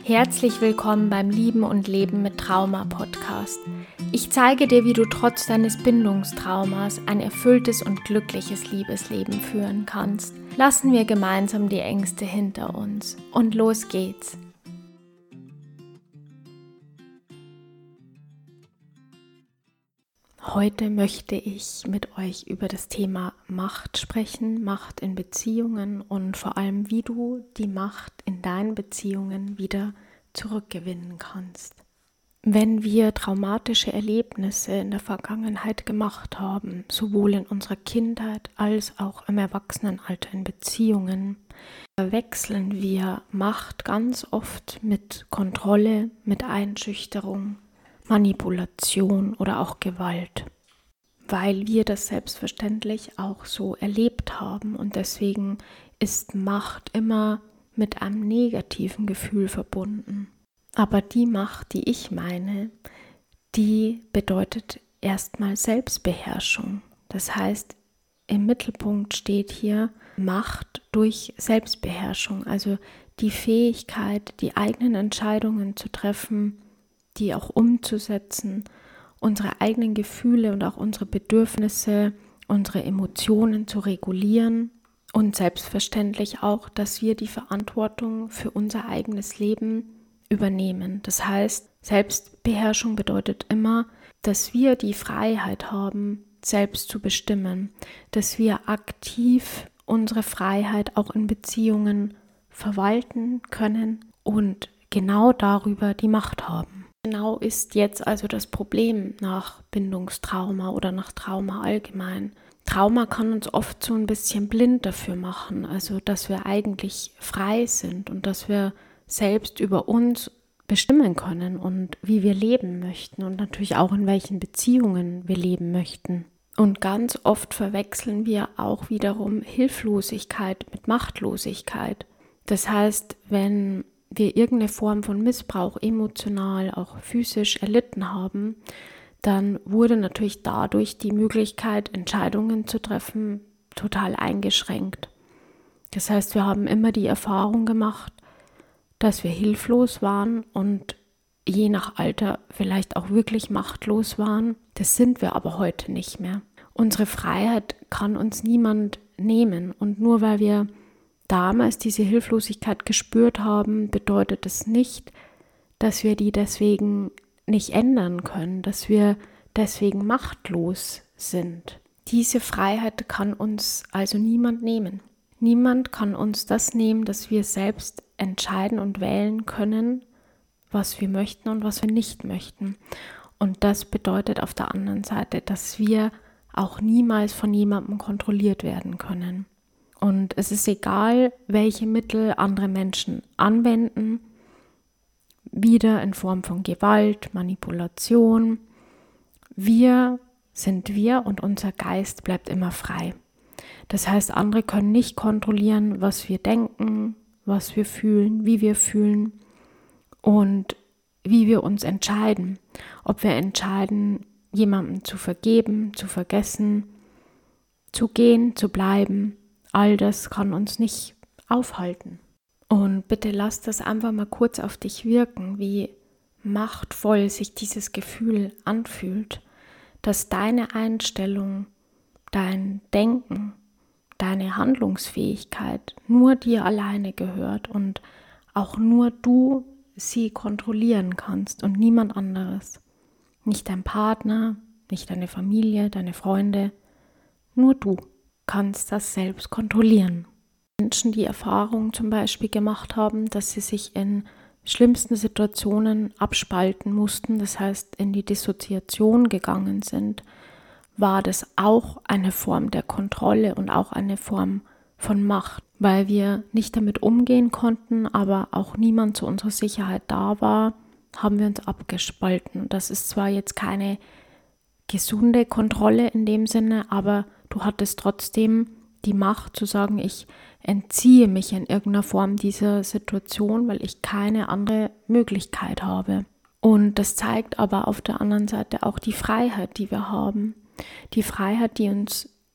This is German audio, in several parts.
Herzlich willkommen beim Lieben und Leben mit Trauma Podcast. Ich zeige dir, wie du trotz deines Bindungstraumas ein erfülltes und glückliches Liebesleben führen kannst. Lassen wir gemeinsam die Ängste hinter uns. Und los geht's. Heute möchte ich mit euch über das Thema Macht sprechen, Macht in Beziehungen und vor allem, wie du die Macht in deinen Beziehungen wieder zurückgewinnen kannst. Wenn wir traumatische Erlebnisse in der Vergangenheit gemacht haben, sowohl in unserer Kindheit als auch im Erwachsenenalter in Beziehungen, verwechseln wir Macht ganz oft mit Kontrolle, mit Einschüchterung, Manipulation oder auch Gewalt, weil wir das selbstverständlich auch so erlebt haben und deswegen ist Macht immer mit einem negativen Gefühl verbunden. Aber die Macht, die ich meine, die bedeutet erstmal Selbstbeherrschung. Das heißt, im Mittelpunkt steht hier Macht durch Selbstbeherrschung, also die Fähigkeit, die eigenen Entscheidungen zu treffen, die auch umzusetzen, unsere eigenen Gefühle und auch unsere Bedürfnisse, unsere Emotionen zu regulieren und selbstverständlich auch, dass wir die Verantwortung für unser eigenes Leben übernehmen. Das heißt, Selbstbeherrschung bedeutet immer, dass wir die Freiheit haben, selbst zu bestimmen, dass wir aktiv unsere Freiheit auch in Beziehungen verwalten können und genau darüber die Macht haben. Genau ist jetzt also das Problem nach Bindungstrauma oder nach Trauma allgemein. Trauma kann uns oft so ein bisschen blind dafür machen, also dass wir eigentlich frei sind und dass wir selbst über uns bestimmen können und wie wir leben möchten und natürlich auch in welchen Beziehungen wir leben möchten. Und ganz oft verwechseln wir auch wiederum Hilflosigkeit mit Machtlosigkeit. Das heißt, wenn wir irgendeine Form von Missbrauch emotional, auch physisch erlitten haben, dann wurde natürlich dadurch die Möglichkeit, Entscheidungen zu treffen, total eingeschränkt. Das heißt, wir haben immer die Erfahrung gemacht, dass wir hilflos waren und je nach Alter vielleicht auch wirklich machtlos waren. Das sind wir aber heute nicht mehr. Unsere Freiheit kann uns niemand nehmen und nur weil wir damals diese Hilflosigkeit gespürt haben, bedeutet es nicht, dass wir die deswegen nicht ändern können, dass wir deswegen machtlos sind. Diese Freiheit kann uns also niemand nehmen. Niemand kann uns das nehmen, dass wir selbst entscheiden und wählen können, was wir möchten und was wir nicht möchten. Und das bedeutet auf der anderen Seite, dass wir auch niemals von jemandem kontrolliert werden können. Und es ist egal, welche Mittel andere Menschen anwenden, wieder in Form von Gewalt, Manipulation. Wir sind wir und unser Geist bleibt immer frei. Das heißt, andere können nicht kontrollieren, was wir denken, was wir fühlen, wie wir fühlen und wie wir uns entscheiden. Ob wir entscheiden, jemandem zu vergeben, zu vergessen, zu gehen, zu bleiben. All das kann uns nicht aufhalten. Und bitte lass das einfach mal kurz auf dich wirken, wie machtvoll sich dieses Gefühl anfühlt, dass deine Einstellung, dein Denken, deine Handlungsfähigkeit nur dir alleine gehört und auch nur du sie kontrollieren kannst und niemand anderes. Nicht dein Partner, nicht deine Familie, deine Freunde, nur du kannst das selbst kontrollieren. Menschen, die Erfahrungen zum Beispiel gemacht haben, dass sie sich in schlimmsten Situationen abspalten mussten, das heißt in die Dissoziation gegangen sind, war das auch eine Form der Kontrolle und auch eine Form von Macht, weil wir nicht damit umgehen konnten, aber auch niemand zu unserer Sicherheit da war, haben wir uns abgespalten. Das ist zwar jetzt keine gesunde Kontrolle in dem Sinne, aber du hattest trotzdem die Macht zu sagen, ich entziehe mich in irgendeiner Form dieser Situation, weil ich keine andere Möglichkeit habe. Und das zeigt aber auf der anderen Seite auch die Freiheit, die wir haben. Die Freiheit, die uns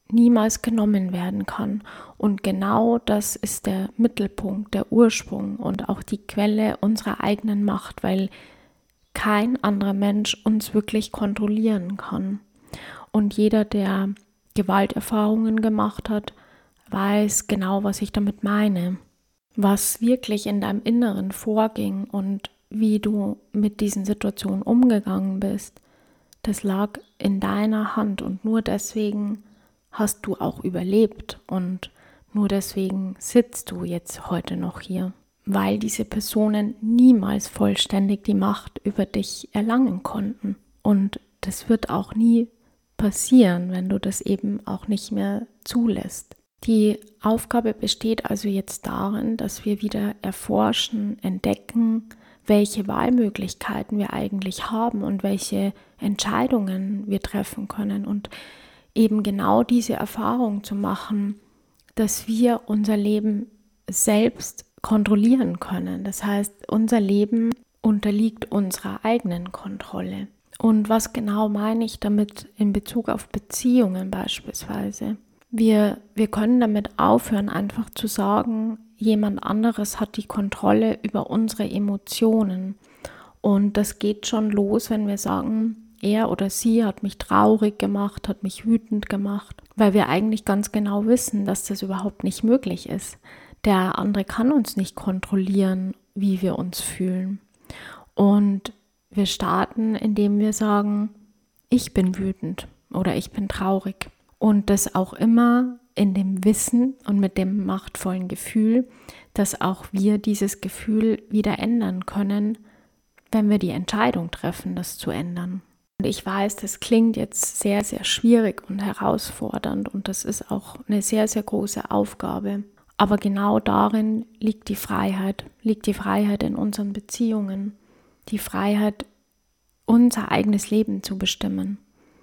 niemals genommen werden kann. Und genau das ist der Mittelpunkt, der Ursprung und auch die Quelle unserer eigenen Macht, weil kein anderer Mensch uns wirklich kontrollieren kann. Und jeder, der Gewalterfahrungen gemacht hat, weiß genau, was ich damit meine. Was wirklich in deinem Inneren vorging und wie du mit diesen Situationen umgegangen bist, das lag in deiner Hand und nur deswegen hast du auch überlebt und nur deswegen sitzt du jetzt heute noch hier, weil diese Personen niemals vollständig die Macht über dich erlangen konnten. Und das wird auch nie passieren, wenn du das eben auch nicht mehr zulässt. Die Aufgabe besteht also jetzt darin, dass wir wieder erforschen, entdecken, welche Wahlmöglichkeiten wir eigentlich haben und welche Entscheidungen wir treffen können und eben genau diese Erfahrung zu machen, dass wir unser Leben selbst kontrollieren können. Das heißt, unser Leben unterliegt unserer eigenen Kontrolle. Und was genau meine ich damit in Bezug auf Beziehungen beispielsweise? Wir können damit aufhören, einfach zu sagen, jemand anderes hat die Kontrolle über unsere Emotionen. Und das geht schon los, wenn wir sagen, er oder sie hat mich traurig gemacht, hat mich wütend gemacht, weil wir eigentlich ganz genau wissen, dass das überhaupt nicht möglich ist. Der andere kann uns nicht kontrollieren, wie wir uns fühlen. Und wir starten, indem wir sagen, ich bin wütend oder ich bin traurig. Und das auch immer in dem Wissen und mit dem machtvollen Gefühl, dass auch wir dieses Gefühl wieder ändern können, wenn wir die Entscheidung treffen, das zu ändern. Und ich weiß, das klingt jetzt sehr, sehr schwierig und herausfordernd und das ist auch eine sehr, sehr große Aufgabe. Aber genau darin liegt die Freiheit in unseren Beziehungen, die Freiheit, unser eigenes Leben zu bestimmen.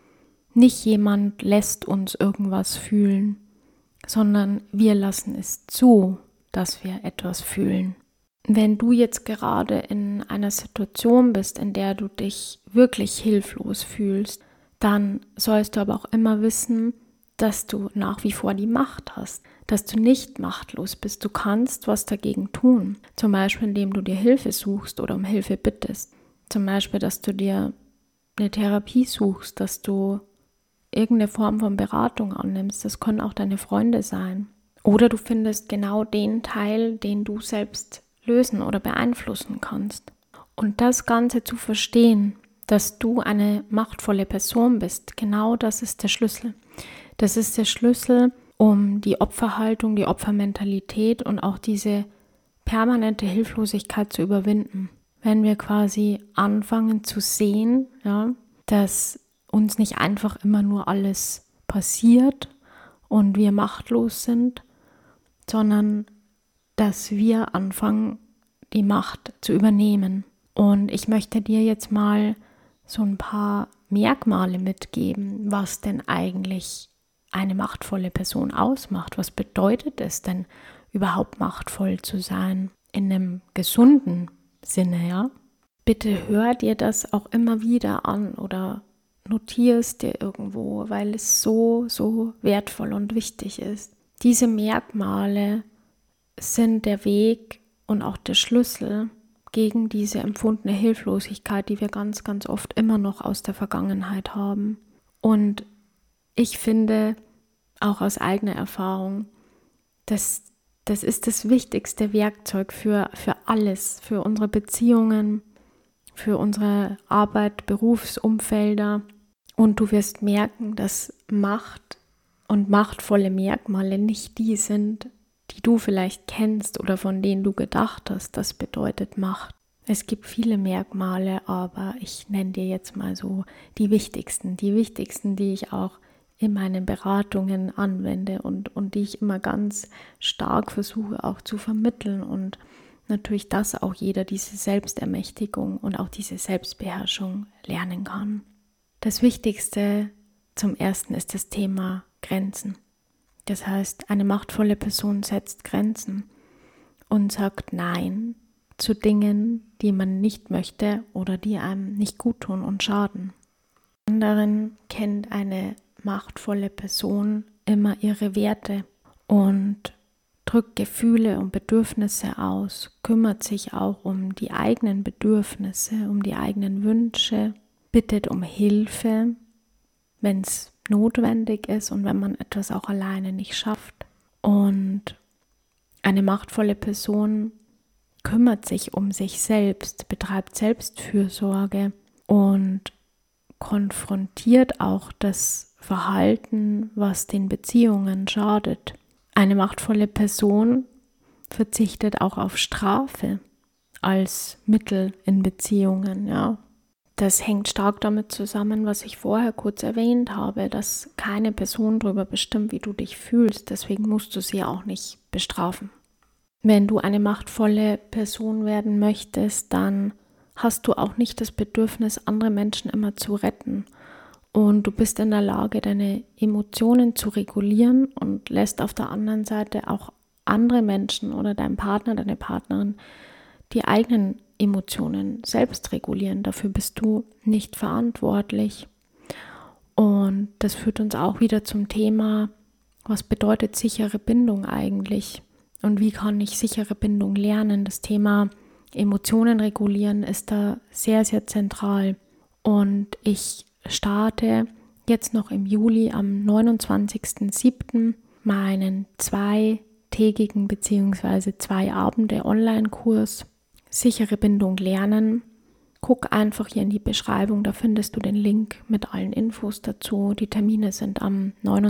Nicht jemand lässt uns irgendwas fühlen, sondern wir lassen es zu, dass wir etwas fühlen. Wenn du jetzt gerade in einer Situation bist, in der du dich wirklich hilflos fühlst, dann sollst du aber auch immer wissen, dass du nach wie vor die Macht hast, dass du nicht machtlos bist. Du kannst was dagegen tun, zum Beispiel indem du dir Hilfe suchst oder um Hilfe bittest. Zum Beispiel, dass du dir eine Therapie suchst, dass du irgendeine Form von Beratung annimmst. Das können auch deine Freunde sein. Oder du findest genau den Teil, den du selbst lösen oder beeinflussen kannst. Und das Ganze zu verstehen, dass du eine machtvolle Person bist, genau das ist der Schlüssel. Das ist der Schlüssel, um die Opferhaltung, die Opfermentalität und auch diese permanente Hilflosigkeit zu überwinden. Wenn wir quasi anfangen zu sehen, ja, dass uns nicht einfach immer nur alles passiert und wir machtlos sind, sondern dass wir anfangen, die Macht zu übernehmen. Und ich möchte dir jetzt mal so ein paar Merkmale mitgeben, was denn eigentlich eine machtvolle Person ausmacht. Was bedeutet es denn, überhaupt machtvoll zu sein? In einem gesunden Sinne, ja? Bitte hör dir das auch immer wieder an oder notiere es dir irgendwo, weil es so, so wertvoll und wichtig ist. Diese Merkmale sind der Weg und auch der Schlüssel gegen diese empfundene Hilflosigkeit, die wir ganz, ganz oft immer noch aus der Vergangenheit haben. Und ich finde, auch aus eigener Erfahrung, das ist das wichtigste Werkzeug für alles, für unsere Beziehungen, für unsere Arbeit, Berufsumfelder. Und du wirst merken, dass Macht und machtvolle Merkmale nicht die sind, die du vielleicht kennst oder von denen du gedacht hast, das bedeutet Macht. Es gibt viele Merkmale, aber ich nenne dir jetzt mal so die wichtigsten, die ich auch in meinen Beratungen anwende und die ich immer ganz stark versuche auch zu vermitteln und natürlich, dass auch jeder diese Selbstermächtigung und auch diese Selbstbeherrschung lernen kann. Das Wichtigste zum Ersten ist das Thema Grenzen. Das heißt, eine machtvolle Person setzt Grenzen und sagt Nein zu Dingen, die man nicht möchte oder die einem nicht gut tun und schaden. Anderen kennt eine machtvolle Person immer ihre Werte und drückt Gefühle und Bedürfnisse aus, kümmert sich auch um die eigenen Bedürfnisse, um die eigenen Wünsche, bittet um Hilfe, wenn es notwendig ist und wenn man etwas auch alleine nicht schafft. Und eine machtvolle Person kümmert sich um sich selbst, betreibt Selbstfürsorge und konfrontiert auch das Verhalten, was den Beziehungen schadet. Eine machtvolle Person verzichtet auch auf Strafe als Mittel in Beziehungen, ja. Das hängt stark damit zusammen, was ich vorher kurz erwähnt habe, dass keine Person darüber bestimmt, wie du dich fühlst. Deswegen musst du sie auch nicht bestrafen. Wenn du eine machtvolle Person werden möchtest, dann hast du auch nicht das Bedürfnis, andere Menschen immer zu retten. Und du bist in der Lage, deine Emotionen zu regulieren und lässt auf der anderen Seite auch andere Menschen oder deinen Partner, deine Partnerin die eigenen Emotionen selbst regulieren. Dafür bist du nicht verantwortlich. Und das führt uns auch wieder zum Thema, was bedeutet sichere Bindung eigentlich? Und wie kann ich sichere Bindung lernen? Das Thema Emotionen regulieren ist da sehr, sehr zentral. Und ich starte jetzt noch im Juli am 29.07. meinen 2-tägigen bzw. 2 Abende Online-Kurs Sichere Bindung lernen. Guck einfach hier in die Beschreibung, da findest du den Link mit allen Infos dazu. Die Termine sind am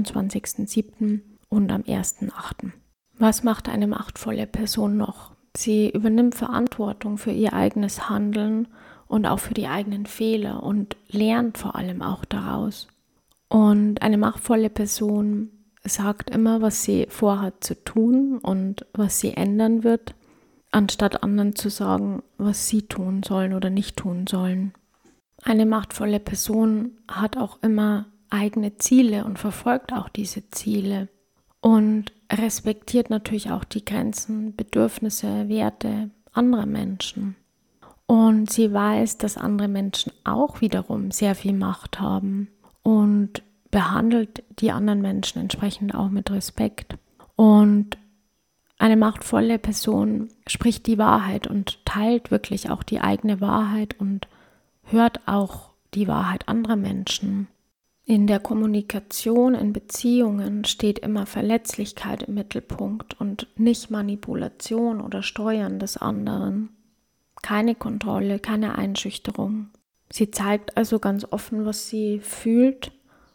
29.07. und am 1.08. Was macht eine machtvolle Person noch? Sie übernimmt Verantwortung für ihr eigenes Handeln und auch für die eigenen Fehler und lernt vor allem auch daraus. Und eine machtvolle Person sagt immer, was sie vorhat zu tun und was sie ändern wird, anstatt anderen zu sagen, was sie tun sollen oder nicht tun sollen. Eine machtvolle Person hat auch immer eigene Ziele und verfolgt auch diese Ziele und respektiert natürlich auch die Grenzen, Bedürfnisse, Werte anderer Menschen. Und sie weiß, dass andere Menschen auch wiederum sehr viel Macht haben und behandelt die anderen Menschen entsprechend auch mit Respekt. Und eine machtvolle Person spricht die Wahrheit und teilt wirklich auch die eigene Wahrheit und hört auch die Wahrheit anderer Menschen. In der Kommunikation, in Beziehungen steht immer Verletzlichkeit im Mittelpunkt und nicht Manipulation oder Steuern des anderen. Keine Kontrolle, keine Einschüchterung. Sie zeigt also ganz offen, was sie fühlt,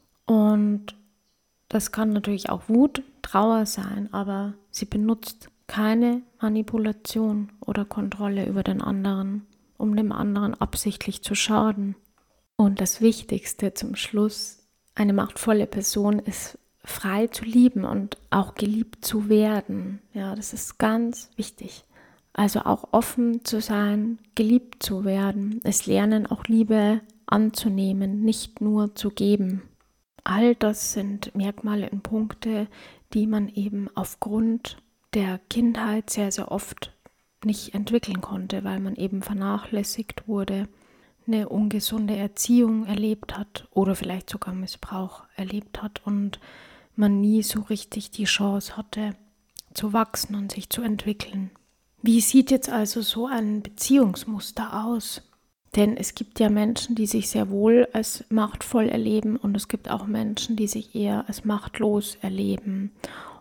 und das kann natürlich auch Wut, Trauer sein, aber sie benutzt keine Manipulation oder Kontrolle über den anderen, um dem anderen absichtlich zu schaden. Und das Wichtigste zum Schluss: Eine machtvolle Person ist frei zu lieben und auch geliebt zu werden. Ja, das ist ganz wichtig. Also auch offen zu sein, geliebt zu werden. Es lernen, auch Liebe anzunehmen, nicht nur zu geben. All das sind Merkmale und Punkte, die man eben aufgrund der Kindheit sehr, sehr oft nicht entwickeln konnte, weil man eben vernachlässigt wurde, eine ungesunde Erziehung erlebt hat oder vielleicht sogar Missbrauch erlebt hat und man nie so richtig die Chance hatte, zu wachsen und sich zu entwickeln. Wie sieht jetzt also so ein Beziehungsmuster aus? Denn es gibt ja Menschen, die sich sehr wohl als machtvoll erleben, und es gibt auch Menschen, die sich eher als machtlos erleben.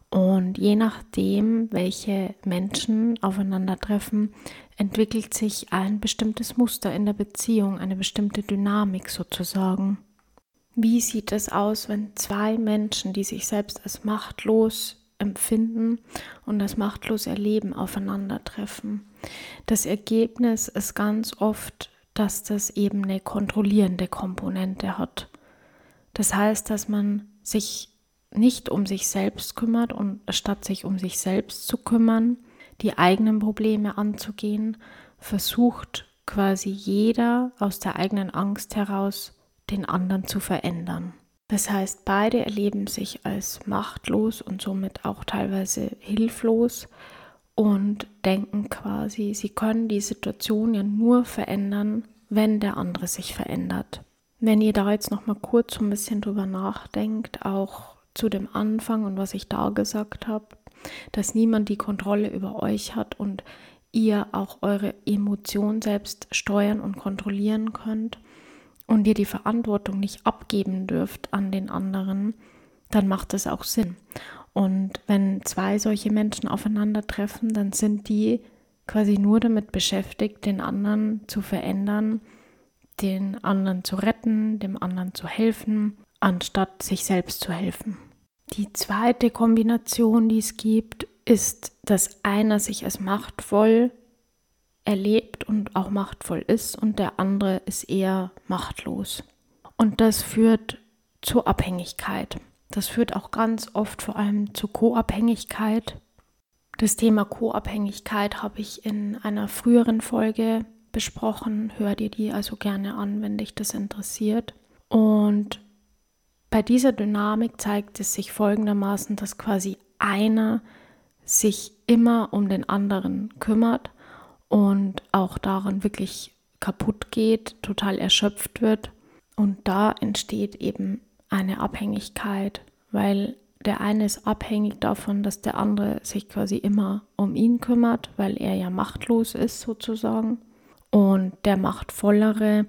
Und je nachdem, welche Menschen aufeinandertreffen, entwickelt sich ein bestimmtes Muster in der Beziehung, eine bestimmte Dynamik sozusagen. Wie sieht es aus, wenn 2 Menschen, die sich selbst als machtlos empfinden und als machtlos erleben, aufeinandertreffen? Das Ergebnis ist ganz oft, dass das eben eine kontrollierende Komponente hat. Das heißt, dass man sich nicht um sich selbst kümmert und statt sich um sich selbst zu kümmern, die eigenen Probleme anzugehen, versucht quasi jeder aus der eigenen Angst heraus, den anderen zu verändern. Das heißt, beide erleben sich als machtlos und somit auch teilweise hilflos und denken quasi, sie können die Situation ja nur verändern, wenn der andere sich verändert. Wenn ihr da jetzt noch mal kurz so ein bisschen drüber nachdenkt, auch zu dem Anfang und was ich da gesagt habe, dass niemand die Kontrolle über euch hat und ihr auch eure Emotionen selbst steuern und kontrollieren könnt und ihr die Verantwortung nicht abgeben dürft an den anderen, dann macht das auch Sinn. Und wenn zwei solche Menschen aufeinandertreffen, dann sind die quasi nur damit beschäftigt, den anderen zu verändern, den anderen zu retten, dem anderen zu helfen, anstatt sich selbst zu helfen. Die zweite Kombination, die es gibt, ist, dass einer sich als machtvoll erlebt und auch machtvoll ist und der andere ist eher machtlos. Und das führt zur Abhängigkeit. Das führt auch ganz oft vor allem zu Co-Abhängigkeit. Das Thema Co-Abhängigkeit habe ich in einer früheren Folge besprochen. Hör dir die also gerne an, wenn dich das interessiert. Und bei dieser Dynamik zeigt es sich folgendermaßen, dass quasi einer sich immer um den anderen kümmert und auch daran wirklich kaputt geht, total erschöpft wird. Und da entsteht eben eine Abhängigkeit, weil der eine ist abhängig davon, dass der andere sich quasi immer um ihn kümmert, weil er ja machtlos ist sozusagen. Und der Machtvollere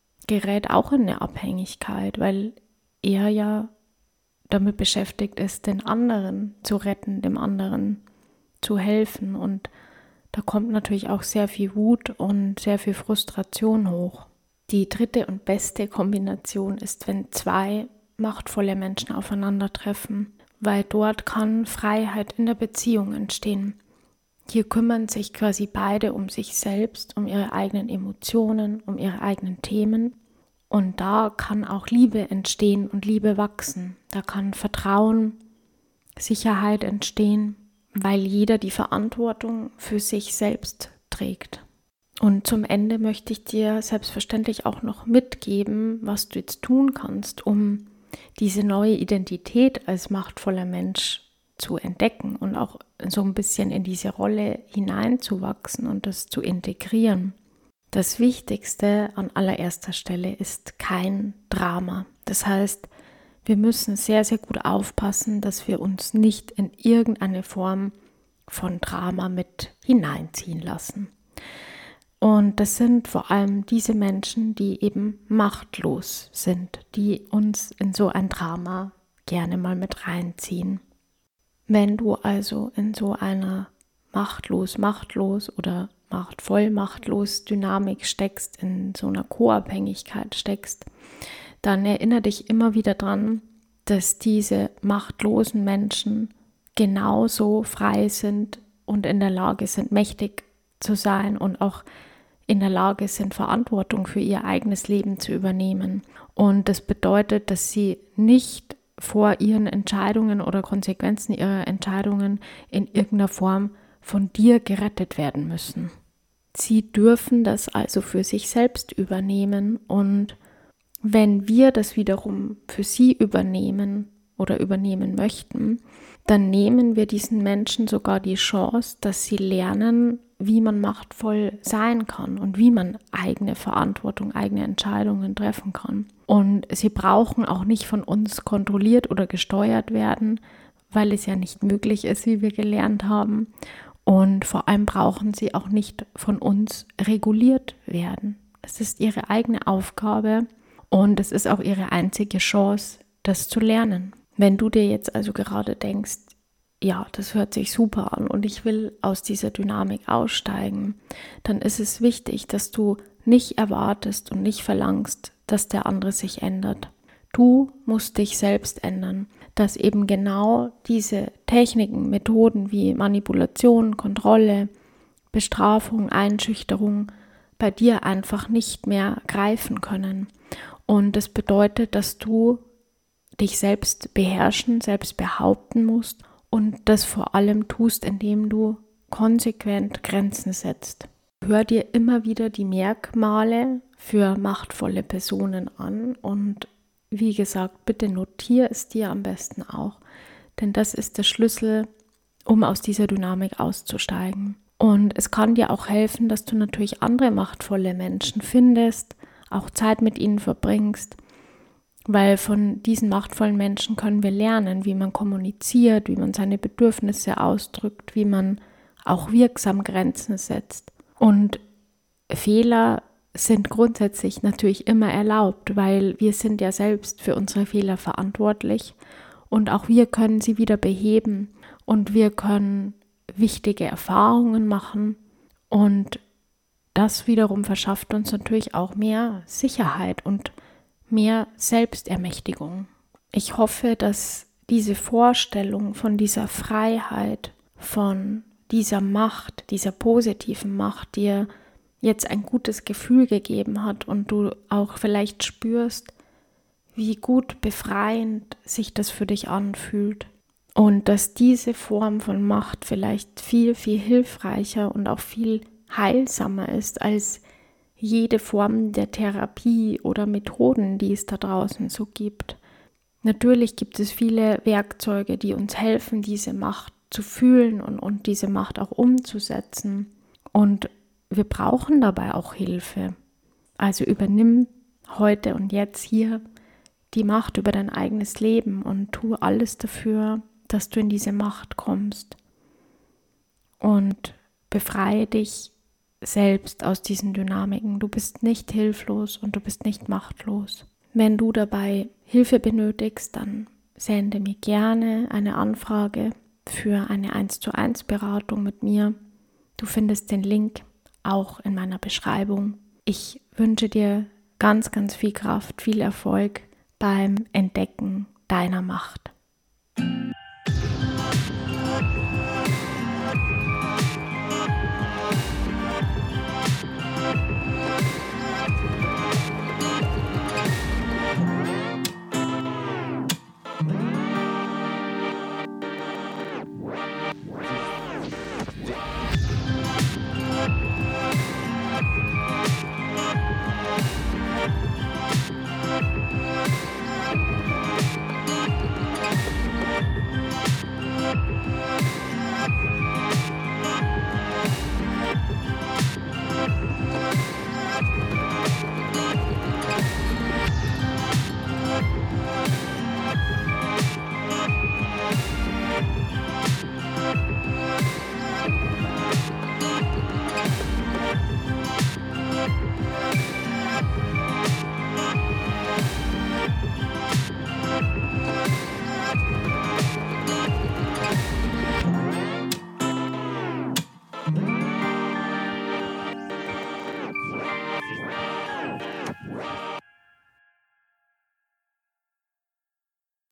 gerät auch in eine Abhängigkeit, weil er ja damit beschäftigt ist, den anderen zu retten, dem anderen zu helfen. Und da kommt natürlich auch sehr viel Wut und sehr viel Frustration hoch. Die dritte und beste Kombination ist, wenn zwei machtvolle Menschen aufeinandertreffen, weil dort kann Freiheit in der Beziehung entstehen. Hier kümmern sich quasi beide um sich selbst, um ihre eigenen Emotionen, um ihre eigenen Themen. Und da kann auch Liebe entstehen und Liebe wachsen. Da kann Vertrauen, Sicherheit entstehen, weil jeder die Verantwortung für sich selbst trägt. Und zum Ende möchte ich dir selbstverständlich auch noch mitgeben, was du jetzt tun kannst, um diese neue Identität als machtvoller Mensch zu entdecken und auch so ein bisschen in diese Rolle hineinzuwachsen und das zu integrieren. Das Wichtigste an allererster Stelle ist kein Drama. Das heißt, wir müssen sehr, sehr gut aufpassen, dass wir uns nicht in irgendeine Form von Drama mit hineinziehen lassen. Und das sind vor allem diese Menschen, die eben machtlos sind, die uns in so ein Drama gerne mal mit reinziehen. Wenn du also in so einer machtlos oder machtvoll Dynamik steckst, in so einer Co-Abhängigkeit steckst, dann erinnere dich immer wieder dran, dass diese machtlosen Menschen genauso frei sind und in der Lage sind, mächtig zu sein und auch in der Lage sind, Verantwortung für ihr eigenes Leben zu übernehmen. Und das bedeutet, dass sie nicht vor ihren Entscheidungen oder Konsequenzen ihrer Entscheidungen in irgendeiner Form von dir gerettet werden müssen. Sie dürfen das also für sich selbst übernehmen und wenn wir das wiederum für sie übernehmen oder übernehmen möchten, dann nehmen wir diesen Menschen sogar die Chance, dass sie lernen, wie man machtvoll sein kann und wie man eigene Verantwortung, eigene Entscheidungen treffen kann. Und sie brauchen auch nicht von uns kontrolliert oder gesteuert werden, weil es ja nicht möglich ist, wie wir gelernt haben. Und vor allem brauchen sie auch nicht von uns reguliert werden. Es ist ihre eigene Aufgabe und es ist auch ihre einzige Chance, das zu lernen. Wenn du dir jetzt also gerade denkst, ja, das hört sich super an und ich will aus dieser Dynamik aussteigen, dann ist es wichtig, dass du nicht erwartest und nicht verlangst, dass der andere sich ändert. Du musst dich selbst ändern, dass eben genau diese Techniken, Methoden wie Manipulation, Kontrolle, Bestrafung, Einschüchterung bei dir einfach nicht mehr greifen können. Und das bedeutet, dass du dich selbst beherrschen, selbst behaupten musst und das vor allem tust, indem du konsequent Grenzen setzt. Hör dir immer wieder die Merkmale für machtvolle Personen an und wie gesagt, bitte notiere es dir am besten auch, denn das ist der Schlüssel, um aus dieser Dynamik auszusteigen. Und es kann dir auch helfen, dass du natürlich andere machtvolle Menschen findest, auch Zeit mit ihnen verbringst, Weil von diesen machtvollen Menschen können wir lernen, wie man kommuniziert, wie man seine Bedürfnisse ausdrückt, wie man auch wirksam Grenzen setzt. Und Fehler sind grundsätzlich natürlich immer erlaubt, weil wir sind ja selbst für unsere Fehler verantwortlich und auch wir können sie wieder beheben und wir können wichtige Erfahrungen machen und das wiederum verschafft uns natürlich auch mehr Sicherheit und mehr Selbstermächtigung. Ich hoffe, dass diese Vorstellung von dieser Freiheit, von dieser Macht, dieser positiven Macht dir jetzt ein gutes Gefühl gegeben hat und du auch vielleicht spürst, wie gut befreiend sich das für dich anfühlt. Und dass diese Form von Macht vielleicht viel, viel hilfreicher und auch viel heilsamer ist als jede Form der Therapie oder Methoden, die es da draußen so gibt. Natürlich gibt es viele Werkzeuge, die uns helfen, diese Macht zu fühlen und diese Macht auch umzusetzen. Und wir brauchen dabei auch Hilfe. Also übernimm heute und jetzt hier die Macht über dein eigenes Leben und tu alles dafür, dass du in diese Macht kommst. Und befreie dich selbst aus diesen Dynamiken. Du bist nicht hilflos und du bist nicht machtlos. Wenn du dabei Hilfe benötigst, dann sende mir gerne eine Anfrage für eine 1:1 Beratung mit mir. Du findest den Link auch in meiner Beschreibung. Ich wünsche dir ganz, ganz viel Kraft, viel Erfolg beim Entdecken deiner Macht.